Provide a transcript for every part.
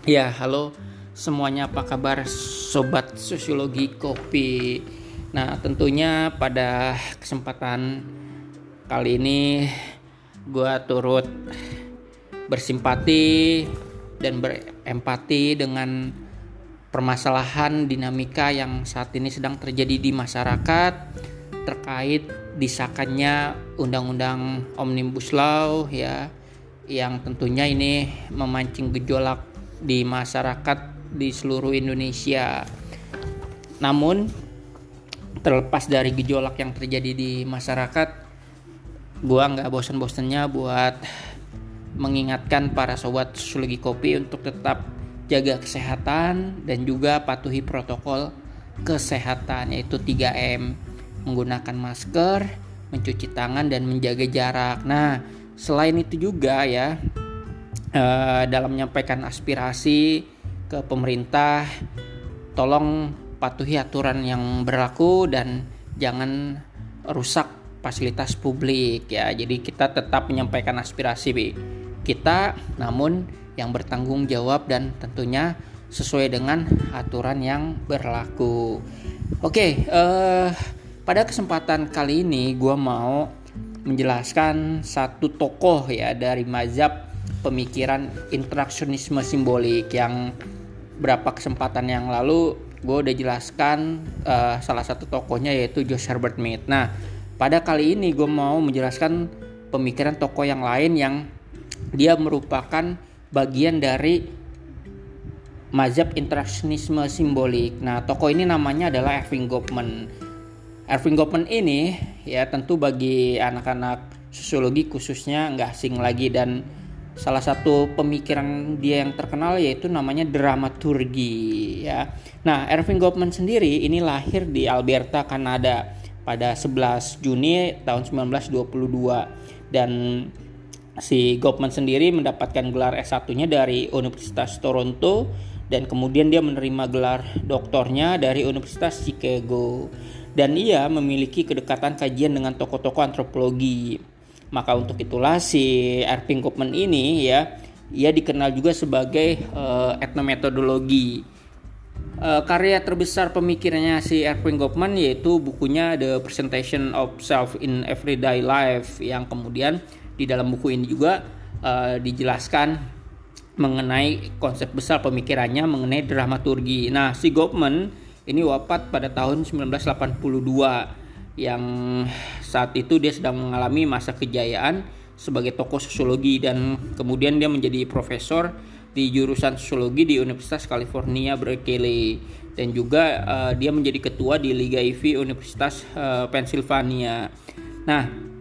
Ya, halo semuanya, apa kabar Sobat Sosiologi Kopi? Nah, tentunya pada kesempatan kali ini gue turut bersimpati dan berempati dengan permasalahan dinamika yang saat ini sedang terjadi di masyarakat terkait disahkannya Undang-Undang Omnibus Law ya, yang tentunya ini memancing gejolak di masyarakat di seluruh Indonesia. Namun terlepas dari gejolak yang terjadi di masyarakat, gua nggak bosan-bosannya buat mengingatkan para sobat sosiologi kopi untuk tetap jaga kesehatan dan juga patuhi protokol kesehatan, yaitu 3M, menggunakan masker, mencuci tangan, dan menjaga jarak. Nah, selain itu juga ya, dalam menyampaikan aspirasi ke pemerintah, tolong patuhi aturan yang berlaku dan jangan rusak fasilitas publik ya. Jadi kita tetap menyampaikan aspirasi kita, namun yang bertanggung jawab dan tentunya sesuai dengan aturan yang berlaku. Oke, pada kesempatan kali ini gue mau menjelaskan satu tokoh ya dari mazhab pemikiran interaksionisme simbolik yang berapa kesempatan yang lalu gue udah jelaskan salah satu tokohnya, yaitu George Herbert Mead. Nah, pada kali ini gue mau menjelaskan pemikiran tokoh yang lain yang dia merupakan bagian dari mazhab interaksionisme simbolik. Nah, tokoh ini namanya adalah Erving Goffman. Erving Goffman ini ya tentu bagi anak-anak sosiologi khususnya nggak asing lagi, dan salah satu pemikiran dia yang terkenal yaitu namanya dramaturgi ya. Nah, Erving Goffman sendiri ini lahir di Alberta, Kanada pada 11 Juni tahun 1922, dan si Goffman sendiri mendapatkan gelar S1-nya dari Universitas Toronto dan kemudian dia menerima gelar doktornya dari Universitas Chicago, dan ia memiliki kedekatan kajian dengan tokoh-tokoh antropologi. Maka untuk itulah si Erving Goffman ini ya, ia dikenal juga sebagai etnometodologi. Karya terbesar pemikirannya si Erving Goffman yaitu bukunya The Presentation of Self in Everyday Life, yang kemudian di dalam buku ini juga dijelaskan mengenai konsep besar pemikirannya mengenai dramaturgi. Nah, si Goffman ini wafat pada tahun 1982, yang saat itu dia sedang mengalami masa kejayaan sebagai tokoh sosiologi, dan kemudian dia menjadi profesor di jurusan sosiologi di Universitas California Berkeley, dan juga dia menjadi ketua di Liga Ivy Universitas Pennsylvania. Nah,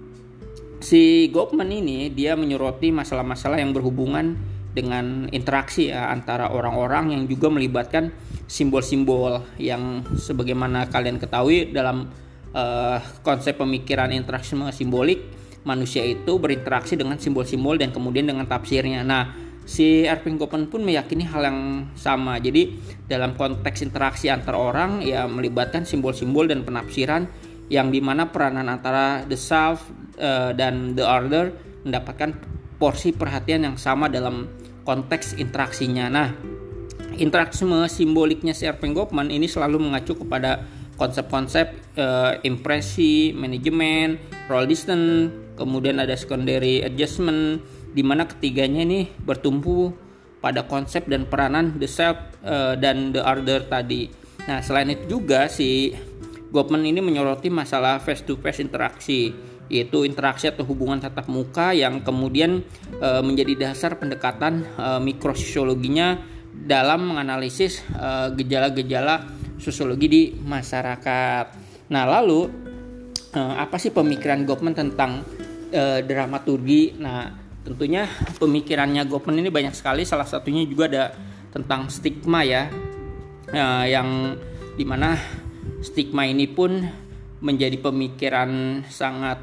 si Goffman ini dia menyoroti masalah-masalah yang berhubungan dengan interaksi ya, antara orang-orang yang juga melibatkan simbol-simbol yang sebagaimana kalian ketahui dalam konsep pemikiran interaksi simbolik, manusia itu berinteraksi dengan simbol-simbol dan kemudian dengan tafsirnya. Nah, si Erving Goffman pun meyakini hal yang sama. Jadi dalam konteks interaksi antar orang ya melibatkan simbol-simbol dan penafsiran, yang dimana peranan antara the self dan the other mendapatkan porsi perhatian yang sama dalam konteks interaksinya. Nah, interaksisme simboliknya si Erving Goffman ini selalu mengacu kepada konsep-konsep impresi, manajemen, role distance, kemudian ada secondary adjustment, di mana ketiganya ini bertumpu pada konsep dan peranan the self dan the other tadi. Nah, selain itu juga si Goffman ini menyoroti masalah face-to-face interaksi, yaitu interaksi atau hubungan tatap muka yang kemudian menjadi dasar pendekatan mikrososiologinya dalam menganalisis gejala-gejala sosiologi di masyarakat. Nah, lalu apa sih pemikiran Goffman tentang dramaturgi? Nah, tentunya pemikirannya Goffman ini banyak sekali. Salah satunya juga ada tentang stigma ya, yang dimana stigma ini pun menjadi pemikiran sangat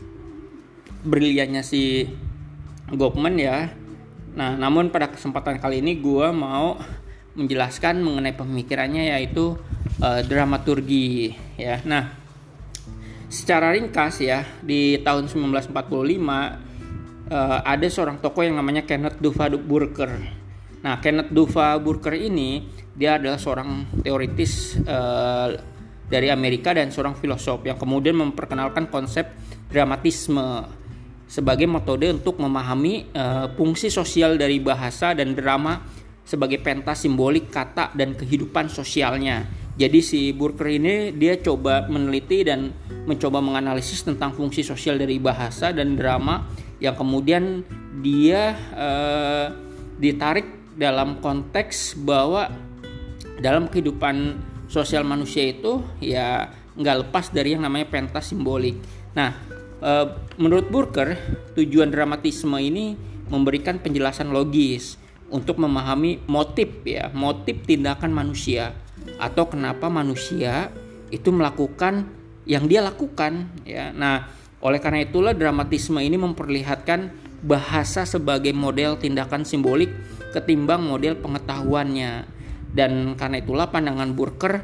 briliannya si Goffman ya. Nah, namun pada kesempatan kali ini gue mau menjelaskan mengenai pemikirannya, yaitu dramaturgi ya. Nah, secara ringkas ya, di tahun 1945 ada seorang tokoh yang namanya Kenneth Duvall Burker. Nah, Kenneth Dova Burker ini dia adalah seorang teoritis dari Amerika dan seorang filosof yang kemudian memperkenalkan konsep dramatisme sebagai metode untuk memahami fungsi sosial dari bahasa dan drama sebagai pentas simbolik kata dan kehidupan sosialnya. Jadi si Burker ini dia coba meneliti dan mencoba menganalisis tentang fungsi sosial dari bahasa dan drama yang kemudian dia ditarik dalam konteks bahwa dalam kehidupan sosial manusia itu ya nggak lepas dari yang namanya pentas simbolik. Nah, menurut Burker, tujuan dramatisme ini memberikan penjelasan logis untuk memahami motif tindakan manusia atau kenapa manusia itu melakukan yang dia lakukan ya. Nah, oleh karena itulah dramatisme ini memperlihatkan bahasa sebagai model tindakan simbolik ketimbang model pengetahuannya. Dan karena itulah pandangan Burker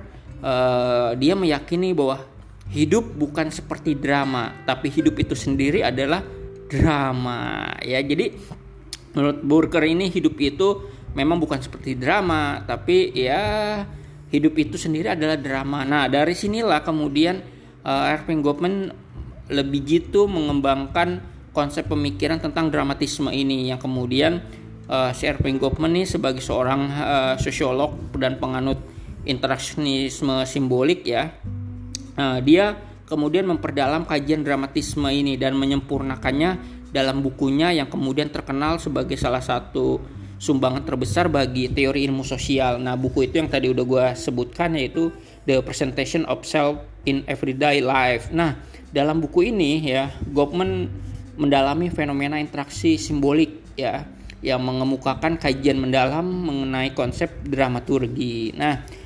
dia meyakini bahwa hidup bukan seperti drama, tapi hidup itu sendiri adalah drama ya. Jadi menurut Burker ini hidup itu memang bukan seperti drama, tapi ya hidup itu sendiri adalah drama. Nah, dari sinilah kemudian Erving Goffman lebih gitu mengembangkan konsep pemikiran tentang dramatisme ini yang kemudian si Erving Goffman ini sebagai seorang sosiolog dan penganut interaksionisme simbolik ya. Dia kemudian memperdalam kajian dramatisme ini dan menyempurnakannya dalam bukunya yang kemudian terkenal sebagai salah satu sumbangan terbesar bagi teori ilmu sosial. Nah, buku itu yang tadi udah gue sebutkan yaitu The Presentation of Self in Everyday Life. Nah, dalam buku ini ya Goffman mendalami fenomena interaksi simbolik ya yang mengemukakan kajian mendalam mengenai konsep dramaturgi. Nah,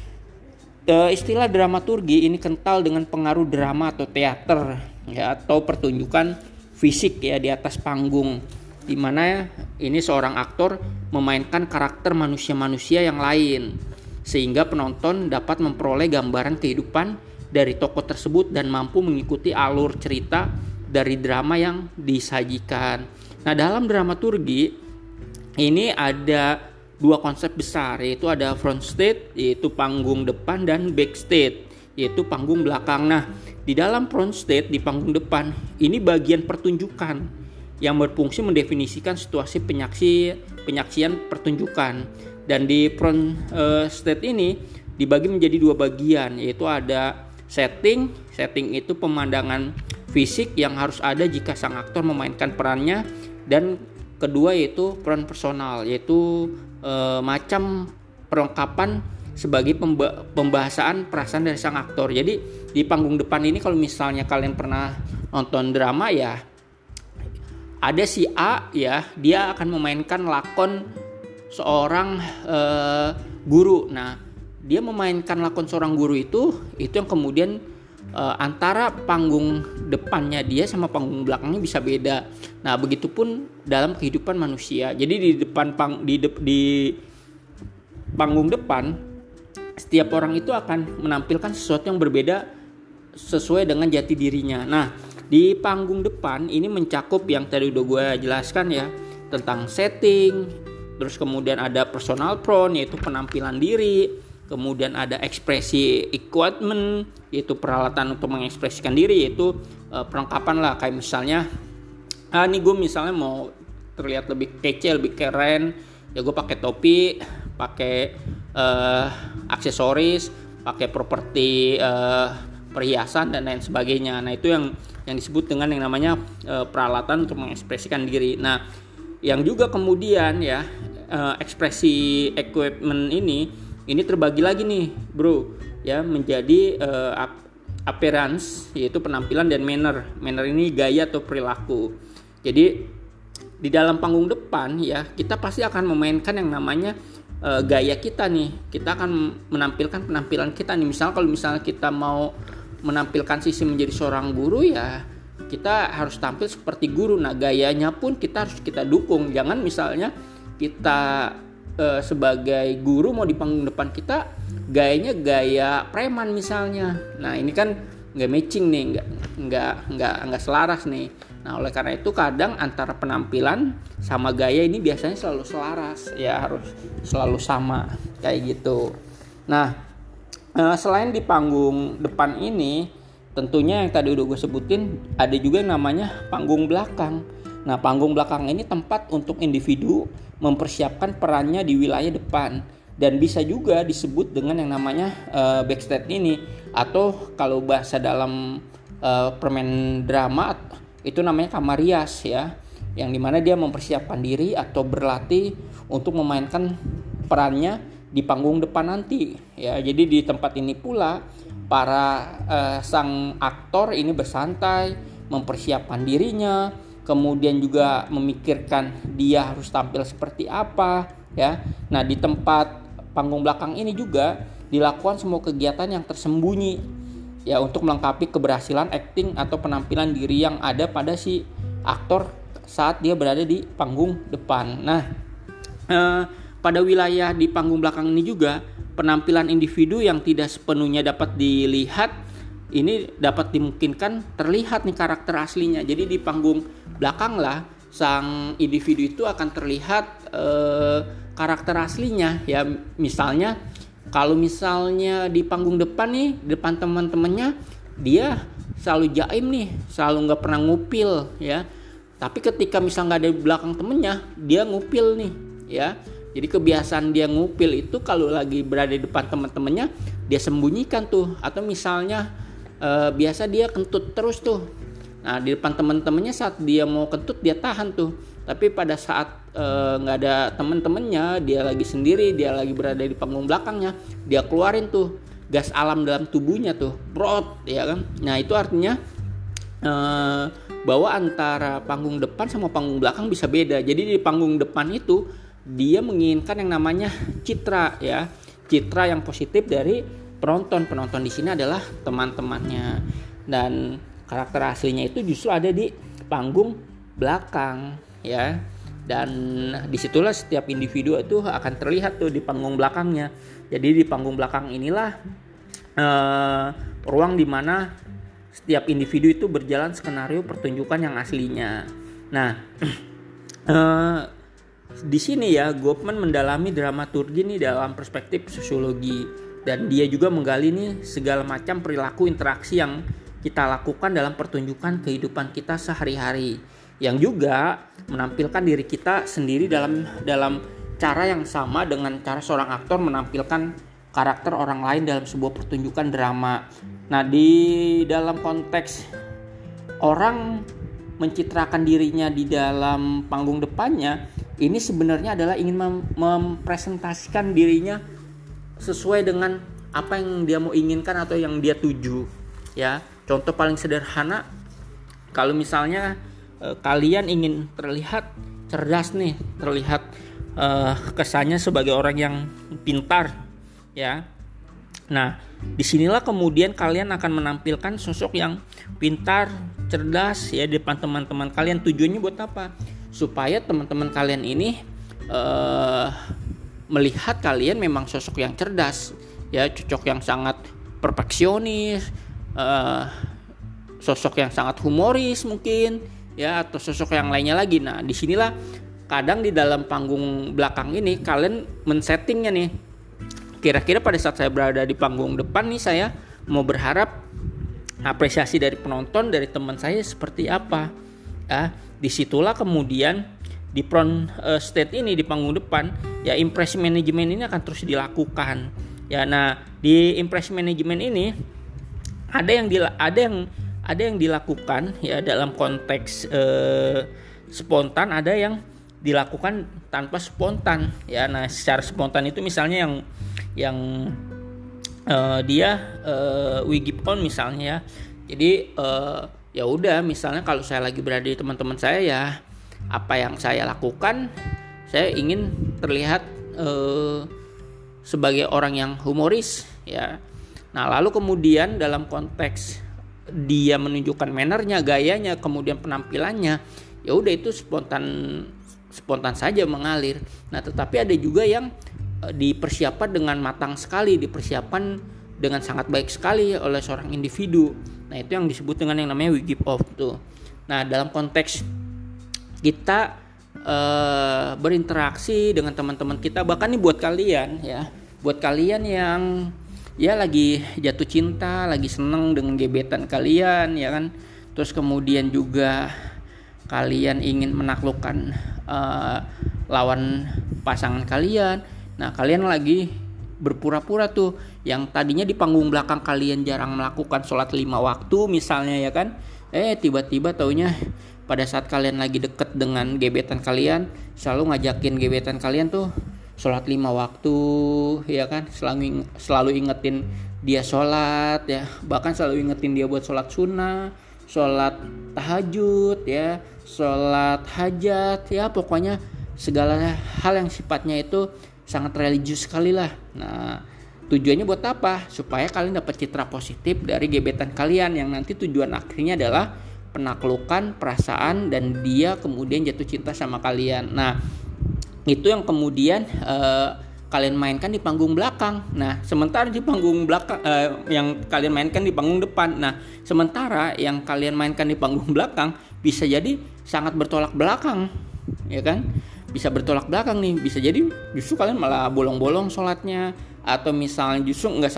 istilah dramaturgi ini kental dengan pengaruh drama atau teater ya atau pertunjukan fisik ya di atas panggung, di mana ini seorang aktor memainkan karakter manusia-manusia yang lain sehingga penonton dapat memperoleh gambaran kehidupan dari tokoh tersebut dan mampu mengikuti alur cerita dari drama yang disajikan. Nah, dalam dramaturgi ini ada dua konsep besar, yaitu ada front stage yaitu panggung depan dan back stage yaitu panggung belakang. Nah, di dalam front stage di panggung depan ini bagian pertunjukan yang berfungsi mendefinisikan situasi penyaksian pertunjukan, dan di front stage ini dibagi menjadi dua bagian, yaitu ada setting itu pemandangan fisik yang harus ada jika sang aktor memainkan perannya, dan kedua yaitu peran personal yaitu macam perlengkapan sebagai pembahasan perasaan dari sang aktor. Jadi di panggung depan ini kalau misalnya kalian pernah nonton drama ya, ada si A ya, dia akan memainkan lakon seorang guru. Nah, dia memainkan lakon seorang guru itu yang kemudian antara panggung depannya dia sama panggung belakangnya bisa beda. Nah, begitupun dalam kehidupan manusia. Jadi di panggung depan setiap orang itu akan menampilkan sesuatu yang berbeda sesuai dengan jati dirinya. Nah, di panggung depan ini mencakup yang tadi udah gue jelaskan ya, tentang setting, terus kemudian ada personal pronoun yaitu penampilan diri, kemudian ada ekspresi equipment yaitu peralatan untuk mengekspresikan diri, yaitu perlengkapan lah, kayak misalnya nih gue misalnya mau terlihat lebih kece, lebih keren ya, gue pakai topi, pakai aksesoris, pakai properti perhiasan dan lain sebagainya. Nah, itu yang disebut dengan yang namanya peralatan untuk mengekspresikan diri. Nah, yang juga kemudian ya ekspresi equipment ini terbagi lagi nih bro ya, menjadi appearance yaitu penampilan, dan manner ini gaya atau perilaku. Jadi di dalam panggung depan ya kita pasti akan memainkan yang namanya gaya kita nih. Kita akan menampilkan penampilan kita nih. Kalau misalnya kita mau menampilkan sisi menjadi seorang guru ya kita harus tampil seperti guru. Nah, gayanya pun kita harus kita dukung. Jangan misalnya kita sebagai guru mau di panggung depan kita gayanya gaya preman misalnya. Nah, ini kan nggak matching nih, nggak selaras nih. Nah, oleh karena itu kadang antara penampilan sama gaya ini biasanya selalu selaras, ya harus selalu sama kayak gitu. Nah, selain di panggung depan ini, tentunya yang tadi udah gue sebutin, ada juga yang namanya panggung belakang. Nah, panggung belakang ini tempat untuk individu mempersiapkan perannya di wilayah depan, dan bisa juga disebut dengan yang namanya backstage ini, atau kalau bahasa dalam permain drama itu namanya kamar rias ya, yang dimana dia mempersiapkan diri atau berlatih untuk memainkan perannya di panggung depan nanti ya. Jadi di tempat ini pula para sang aktor ini bersantai, mempersiapkan dirinya, kemudian juga memikirkan dia harus tampil seperti apa ya. Nah, di tempat panggung belakang ini juga dilakukan semua kegiatan yang tersembunyi ya, untuk melengkapi keberhasilan akting atau penampilan diri yang ada pada si aktor saat dia berada di panggung depan. Nah, pada wilayah di panggung belakang ini juga penampilan individu yang tidak sepenuhnya dapat dilihat ini dapat dimungkinkan terlihat nih karakter aslinya. Jadi di panggung belakang lah sang individu itu akan terlihat karakter aslinya ya. Misalnya kalau misalnya di panggung depan nih, di depan teman-temannya, dia selalu jaim nih, selalu nggak pernah ngupil ya. Tapi ketika misalnya nggak ada di belakang temennya, dia ngupil nih ya. Jadi kebiasaan dia ngupil itu kalau lagi berada di depan teman-temannya, dia sembunyikan tuh. Atau misalnya biasa dia kentut terus tuh. Nah, di depan teman-temannya saat dia mau kentut dia tahan tuh. Tapi pada saat nggak ada temen-temennya, dia lagi sendiri, dia lagi berada di panggung belakangnya, dia keluarin tuh gas alam dalam tubuhnya tuh, brot ya kan. Nah, itu artinya bahwa antara panggung depan sama panggung belakang bisa beda. Jadi di panggung depan itu dia menginginkan yang namanya citra ya, citra yang positif dari penonton. Penonton di sini adalah teman-temannya, dan karakter aslinya itu justru ada di panggung belakang ya. Dan disitulah setiap individu itu akan terlihat tuh di panggung belakangnya. Jadi di panggung belakang inilah ruang dimana setiap individu itu berjalan skenario pertunjukan yang aslinya. Nah, di sini ya Goffman mendalami dramaturgi nih dalam perspektif sosiologi, dan dia juga menggali nih segala macam perilaku interaksi yang kita lakukan dalam pertunjukan kehidupan kita sehari-hari, yang juga menampilkan diri kita sendiri dalam cara yang sama dengan cara seorang aktor menampilkan karakter orang lain dalam sebuah pertunjukan drama. Nah, di dalam konteks orang mencitrakan dirinya di dalam panggung depannya, ini sebenarnya adalah ingin mempresentasikan dirinya sesuai dengan apa yang dia mau inginkan atau yang dia tuju ya. Contoh paling sederhana, kalau misalnya kalian ingin terlihat cerdas nih, terlihat kesannya sebagai orang yang pintar ya. Nah, disinilah kemudian kalian akan menampilkan sosok yang pintar, cerdas ya di depan teman-teman kalian. Tujuannya buat apa? Supaya teman-teman kalian ini melihat kalian memang sosok yang cerdas ya, sosok yang sangat perfeksionis, sosok yang sangat humoris mungkin ya, atau sosok yang lainnya lagi. Nah, disinilah kadang di dalam panggung belakang ini kalian men-settingnya nih, kira-kira pada saat saya berada di panggung depan nih, saya mau berharap apresiasi dari penonton, dari teman saya seperti apa ya. Disitulah kemudian di front stage ini, di panggung depan ya, impression management ini akan terus dilakukan ya. Nah, di impression management ini ada yang dilakukan ya dalam konteks spontan, ada yang dilakukan tanpa spontan ya. Nah, secara spontan itu misalnya yang dia we give on misalnya ya. Jadi ya udah, misalnya kalau saya lagi berada di teman-teman saya ya, apa yang saya lakukan, saya ingin terlihat sebagai orang yang humoris ya. Nah, lalu kemudian dalam konteks dia menunjukkan mannernya, gayanya, kemudian penampilannya, ya udah itu spontan saja mengalir. Nah, tetapi ada juga yang dipersiapkan dengan matang sekali, dipersiapkan dengan sangat baik sekali oleh seorang individu Nah itu yang disebut dengan yang namanya we give off tuh. Nah dalam konteks kita berinteraksi dengan teman-teman kita, bahkan nih buat kalian ya, buat kalian yang ya lagi jatuh cinta, lagi seneng dengan gebetan kalian ya kan, terus kemudian juga kalian ingin menaklukkan lawan pasangan kalian. Nah kalian lagi berpura-pura tuh, yang tadinya di panggung belakang kalian jarang melakukan sholat 5 waktu misalnya ya kan, tiba-tiba taunya pada saat kalian lagi deket dengan gebetan kalian selalu ngajakin gebetan kalian tuh sholat 5 waktu ya kan, selalu ingetin dia sholat ya, bahkan selalu ingetin dia buat sholat sunnah, sholat tahajud ya, sholat hajat ya, pokoknya segala hal yang sifatnya itu sangat religius sekali lah. Nah tujuannya buat apa? Supaya kalian dapat citra positif dari gebetan kalian, yang nanti tujuan akhirnya adalah penaklukan perasaan dan dia kemudian jatuh cinta sama kalian. Nah itu yang kemudian kalian mainkan di panggung belakang. Nah sementara di panggung belakang yang kalian mainkan di panggung depan. Nah sementara yang kalian mainkan di panggung belakang bisa jadi sangat bertolak belakang ya kan, bisa bertolak belakang nih, bisa jadi justru kalian malah bolong-bolong sholatnya, atau misalnya justru nggak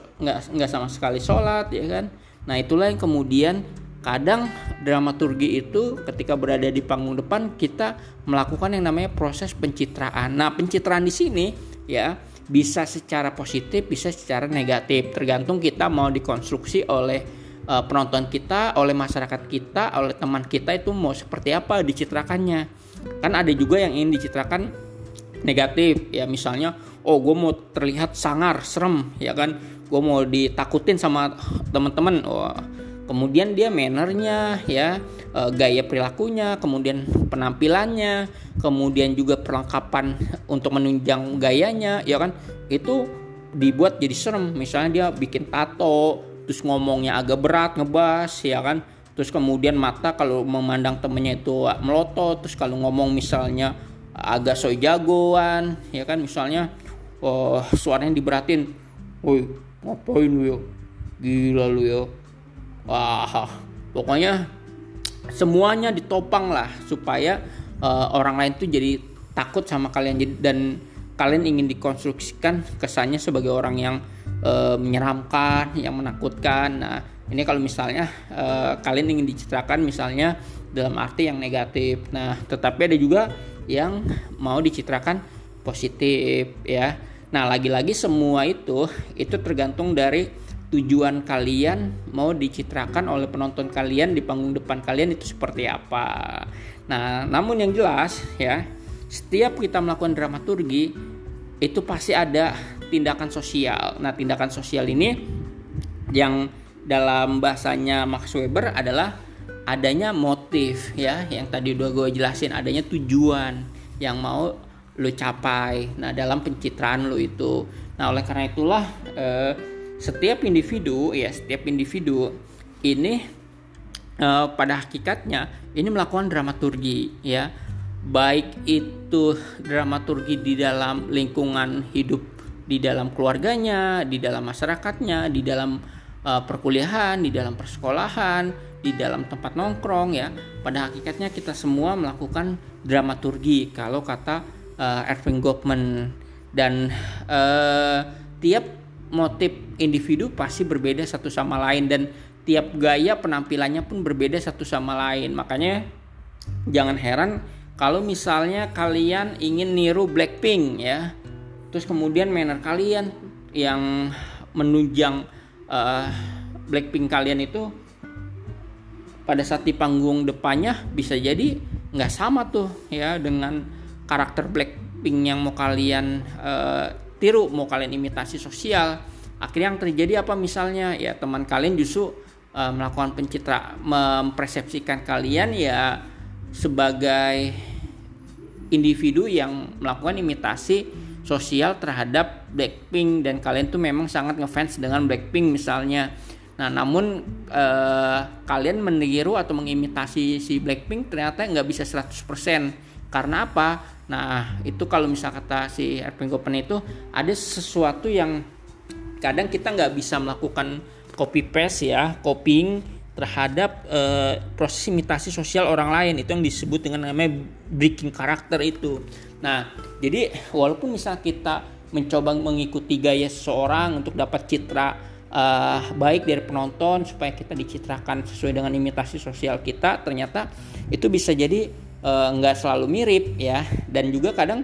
sama sekali sholat ya kan. Nah itulah yang kemudian kadang dramaturgi itu ketika berada di panggung depan kita melakukan yang namanya proses pencitraan. Nah pencitraan di sini ya bisa secara positif, bisa secara negatif, tergantung kita mau dikonstruksi oleh penonton kita, oleh masyarakat kita, oleh teman kita itu mau seperti apa dicitrakannya. Kan ada juga yang ingin dicitrakan negatif ya, misalnya gue mau terlihat sangar, serem ya kan, gue mau ditakutin sama teman-teman. Kemudian dia mannernya ya, gaya perilakunya, kemudian penampilannya, kemudian juga perlengkapan untuk menunjang gayanya ya kan, itu dibuat jadi serem. Misalnya dia bikin tato, terus ngomongnya agak berat, ngebas ya kan, terus kemudian mata kalau memandang temennya itu melotot, terus kalau ngomong misalnya agak soy jagoan ya kan, misalnya suaranya diberatin, woi ngapain lu yo, gila lu yo. Wah pokoknya semuanya ditopang lah supaya orang lain tuh jadi takut sama kalian, dan kalian ingin dikonstruksikan kesannya sebagai orang yang menyeramkan, yang menakutkan. Nah ini kalau misalnya kalian ingin dicitrakan misalnya dalam arti yang negatif. Nah tetapi ada juga yang mau dicitrakan positif ya. Nah lagi-lagi semua itu tergantung dari tujuan kalian mau dicitrakan oleh penonton kalian di panggung depan kalian itu seperti apa. Nah namun yang jelas ya, setiap kita melakukan dramaturgi itu pasti ada tindakan sosial. Nah tindakan sosial ini yang dalam bahasanya Max Weber adalah adanya motif ya, yang tadi udah gue jelasin, adanya tujuan yang mau lo capai nah dalam pencitraan lo itu. Nah oleh karena itulah setiap individu ini pada hakikatnya ini melakukan dramaturgi ya, baik itu dramaturgi di dalam lingkungan hidup, di dalam keluarganya, di dalam masyarakatnya, di dalam perkuliahan, di dalam persekolahan, di dalam tempat nongkrong ya. Pada hakikatnya kita semua melakukan dramaturgi kalau kata Erving Goffman, dan tiap motif individu pasti berbeda satu sama lain, dan tiap gaya penampilannya pun berbeda satu sama lain. Makanya jangan heran kalau misalnya kalian ingin niru Blackpink ya, terus kemudian manner kalian yang menunjang Blackpink kalian itu pada saat di panggung depannya bisa jadi nggak sama tuh ya dengan karakter Blackpink yang mau kalian tiru, mau kalian imitasi sosial. Akhirnya yang terjadi apa, misalnya ya teman kalian justru melakukan mempersepsikan kalian ya sebagai individu yang melakukan imitasi sosial terhadap Blackpink, dan kalian tuh memang sangat ngefans dengan Blackpink misalnya. Nah namun kalian meniru atau mengimitasi si Blackpink ternyata nggak bisa 100%. Karena apa? Nah itu kalau misal kata si Erving Goffman itu ada sesuatu yang kadang kita nggak bisa melakukan copy paste ya, copying terhadap proses imitasi sosial orang lain. Itu yang disebut dengan namanya breaking karakter itu. Nah, jadi walaupun misalnya kita mencoba mengikuti gaya seseorang untuk dapat citra baik dari penonton supaya kita dicitrakan sesuai dengan imitasi sosial kita, ternyata itu bisa jadi nggak selalu mirip ya, dan juga kadang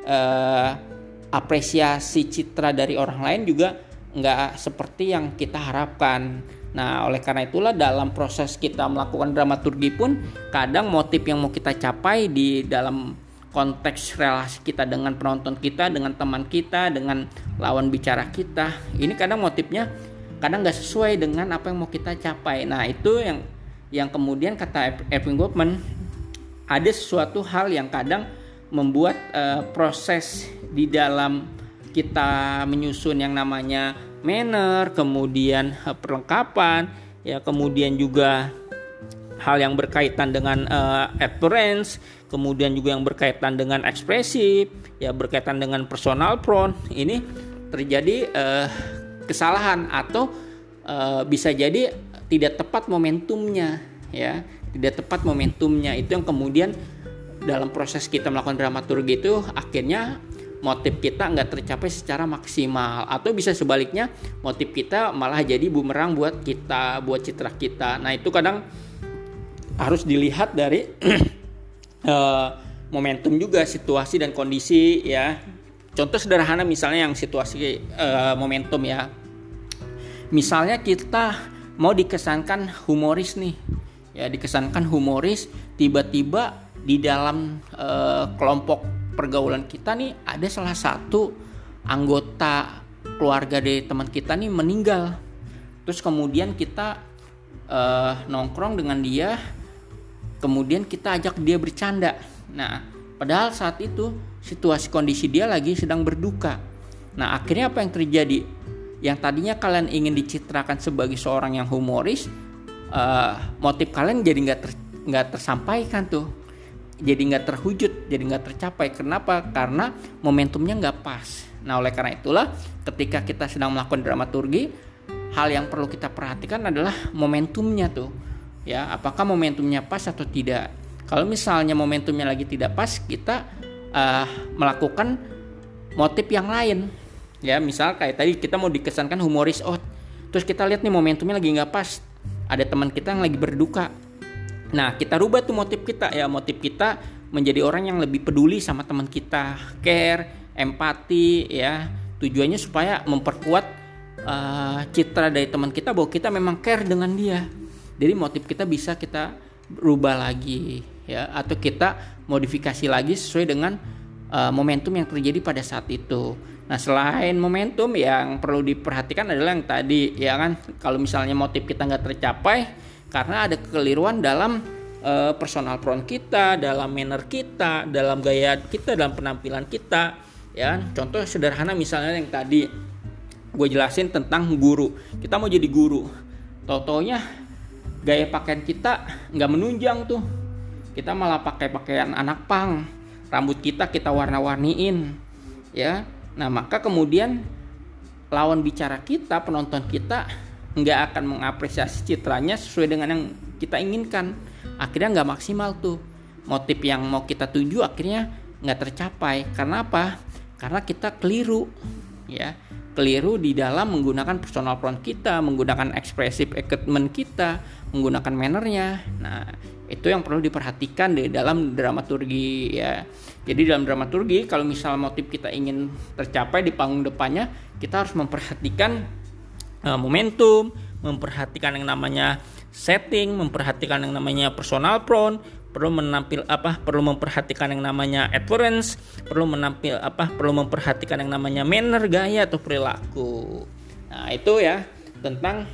apresiasi citra dari orang lain juga nggak seperti yang kita harapkan. Nah, oleh karena itulah dalam proses kita melakukan dramaturgi pun kadang motif yang mau kita capai di dalam konteks relasi kita dengan penonton kita, dengan teman kita, dengan lawan bicara kita, ini kadang motifnya kadang nggak sesuai dengan apa yang mau kita capai. Nah, itu yang kemudian kata Erving Goffman, ada sesuatu hal yang kadang membuat proses di dalam kita menyusun yang namanya manner, kemudian perlengkapan, ya, kemudian juga hal yang berkaitan dengan appearance, kemudian juga yang berkaitan dengan ekspresif, ya, berkaitan dengan personal pronoun, ini terjadi kesalahan atau bisa jadi tidak tepat momentumnya, ya, tidak tepat momentumnya. Itu yang kemudian dalam proses kita melakukan dramaturgi itu akhirnya motif kita nggak tercapai secara maksimal, atau bisa sebaliknya motif kita malah jadi bumerang buat kita, buat citra kita. Nah, itu kadang harus dilihat dari momentum juga, situasi dan kondisi ya. Contoh sederhana misalnya yang situasi momentum ya. Misalnya kita mau dikesankan humoris nih. Ya, dikesankan humoris, tiba-tiba di dalam kelompok pergaulan kita nih ada salah satu anggota keluarga dari teman kita nih meninggal. Terus kemudian kita nongkrong dengan dia, kemudian kita ajak dia bercanda. Nah, padahal saat itu situasi kondisi dia lagi sedang berduka. Nah, akhirnya apa yang terjadi? Yang tadinya kalian ingin dicitrakan sebagai seorang yang humoris, motif kalian jadi nggak tersampaikan tuh, jadi nggak terwujud, jadi nggak tercapai. Kenapa? Karena momentumnya nggak pas. Nah, oleh karena itulah ketika kita sedang melakukan dramaturgi, hal yang perlu kita perhatikan adalah momentumnya tuh, ya, apakah momentumnya pas atau tidak. Kalau misalnya momentumnya lagi tidak pas, kita melakukan motif yang lain, ya, misal kayak tadi kita mau dikesankan humoris, terus kita lihat nih momentumnya lagi nggak pas, ada teman kita yang lagi berduka. Nah, kita rubah tuh motif kita, ya, motif kita menjadi orang yang lebih peduli sama teman kita, care, empati, ya, tujuannya supaya memperkuat citra dari teman kita bahwa kita memang care dengan dia. Jadi motif kita bisa kita rubah lagi, ya, atau kita modifikasi lagi sesuai dengan momentum yang terjadi pada saat itu. Nah, selain momentum, yang perlu diperhatikan adalah yang tadi, ya kan, kalau misalnya motif kita nggak tercapai karena ada kekeliruan dalam personal pronoun kita, dalam manner kita, dalam gaya kita, dalam penampilan kita, ya. Contoh sederhana misalnya yang tadi gue jelasin tentang guru. Kita mau jadi guru, tau-taunya gaya pakaian kita nggak menunjang tuh. Kita malah pakai pakaian anak pang, rambut kita warna-warniin, ya. Nah, maka kemudian lawan bicara kita, penonton kita nggak akan mengapresiasi citranya sesuai dengan yang kita inginkan. Akhirnya nggak maksimal tuh, motif yang mau kita tuju akhirnya nggak tercapai. Karena apa? Karena kita keliru, ya, keliru di dalam menggunakan personal pronoun kita, menggunakan expressive equipment kita, menggunakan mannernya. Nah, itu yang perlu diperhatikan di dalam dramaturgi, ya. Jadi dalam dramaturgi, kalau misal motif kita ingin tercapai di panggung depannya, kita harus memperhatikan momentum, memperhatikan yang namanya setting, memperhatikan yang namanya personal pronoun, perlu memperhatikan yang namanya appearance, perlu memperhatikan yang namanya manner, gaya atau perilaku. Nah, itu ya tentang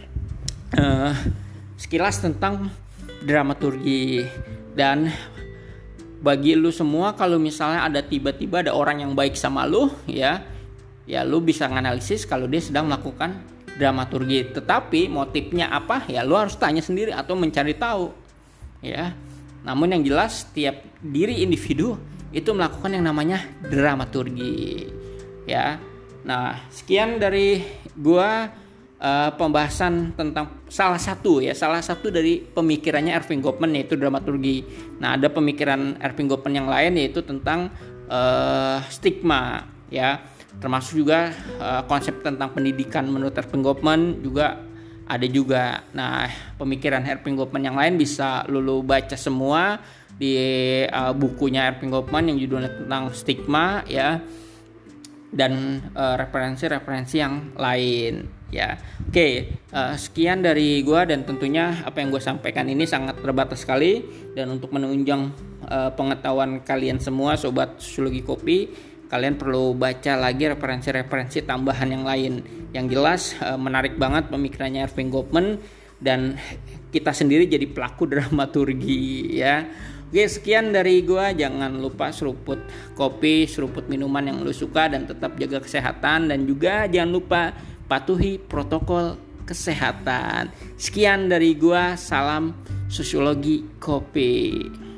sekilas tentang dramaturgi. Dan bagi lu semua, kalau misalnya tiba-tiba ada orang yang baik sama lu, ya lu bisa nganalisis kalau dia sedang melakukan dramaturgi. Tetapi motifnya apa? Ya lu harus tanya sendiri atau mencari tahu, ya. Namun yang jelas setiap diri individu itu melakukan yang namanya dramaturgi, ya. Nah, sekian dari gua pembahasan tentang salah satu dari pemikirannya Erving Goffman, yaitu dramaturgi. Nah, ada pemikiran Erving Goffman yang lain yaitu tentang stigma ya, termasuk juga konsep tentang pendidikan menurut Erving Goffman juga ada juga. Nah, pemikiran Erving Goffman yang lain bisa lu baca semua di bukunya Erving Goffman yang judulnya tentang stigma ya, dan referensi-referensi yang lain ya. Oke, sekian dari gue, dan tentunya apa yang gue sampaikan ini sangat terbatas sekali, dan untuk menunjang pengetahuan kalian semua sobat Sosiologi Kopi, kalian perlu baca lagi referensi-referensi tambahan yang lain. Yang jelas menarik banget pemikirannya Erving Goffman, dan kita sendiri jadi pelaku dramaturgi ya. Oke, sekian dari gua. Jangan lupa seruput kopi, seruput minuman yang lu suka, dan tetap jaga kesehatan, dan juga jangan lupa patuhi protokol kesehatan. Sekian dari gua, salam Sosiologi Kopi.